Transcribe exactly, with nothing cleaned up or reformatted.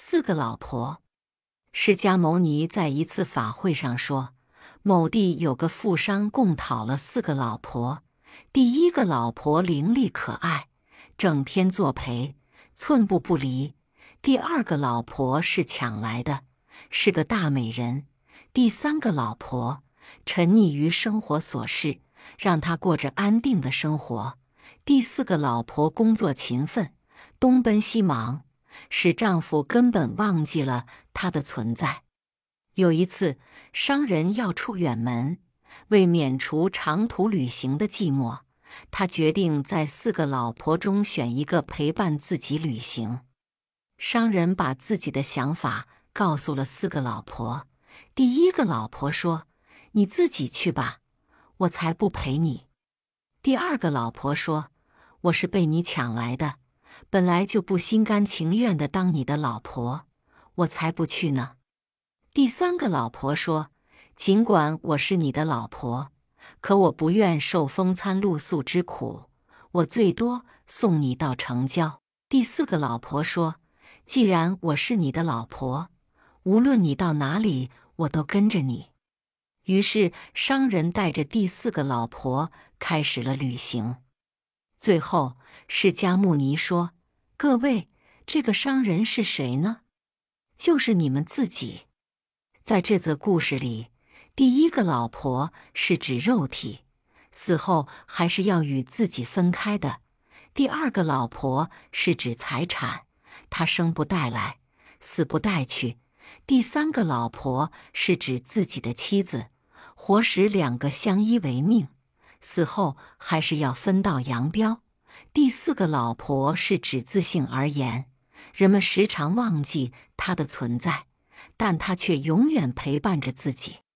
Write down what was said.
四个老婆。释迦牟尼在一次法会上说，某地有个富商共讨了四个老婆。第一个老婆伶俐可爱，整天作陪，寸步不离。第二个老婆是抢来的，是个大美人。第三个老婆沉溺于生活琐事，让她过着安定的生活。第四个老婆工作勤奋，东奔西忙，使丈夫根本忘记了她的存在。有一次，商人要出远门，为免除长途旅行的寂寞，他决定在四个老婆中选一个陪伴自己旅行。商人把自己的想法告诉了四个老婆。第一个老婆说：“你自己去吧，我才不陪你。”第二个老婆说：“我是被你抢来的，本来就不心甘情愿地当你的老婆，我才不去呢。”第三个老婆说：“尽管我是你的老婆，可我不愿受风餐露宿之苦，我最多送你到城郊。”第四个老婆说：“既然我是你的老婆，无论你到哪里，我都跟着你。”于是商人带着第四个老婆开始了旅行。最后，释迦牟尼说：“各位，这个商人是谁呢？就是你们自己。”在这则故事里，第一个老婆是指肉体，死后还是要与自己分开的；第二个老婆是指财产，她生不带来，死不带去；第三个老婆是指自己的妻子，活时两个相依为命，死后还是要分道扬镳；第四个老婆是指自性而言，人们时常忘记她的存在，但她却永远陪伴着自己。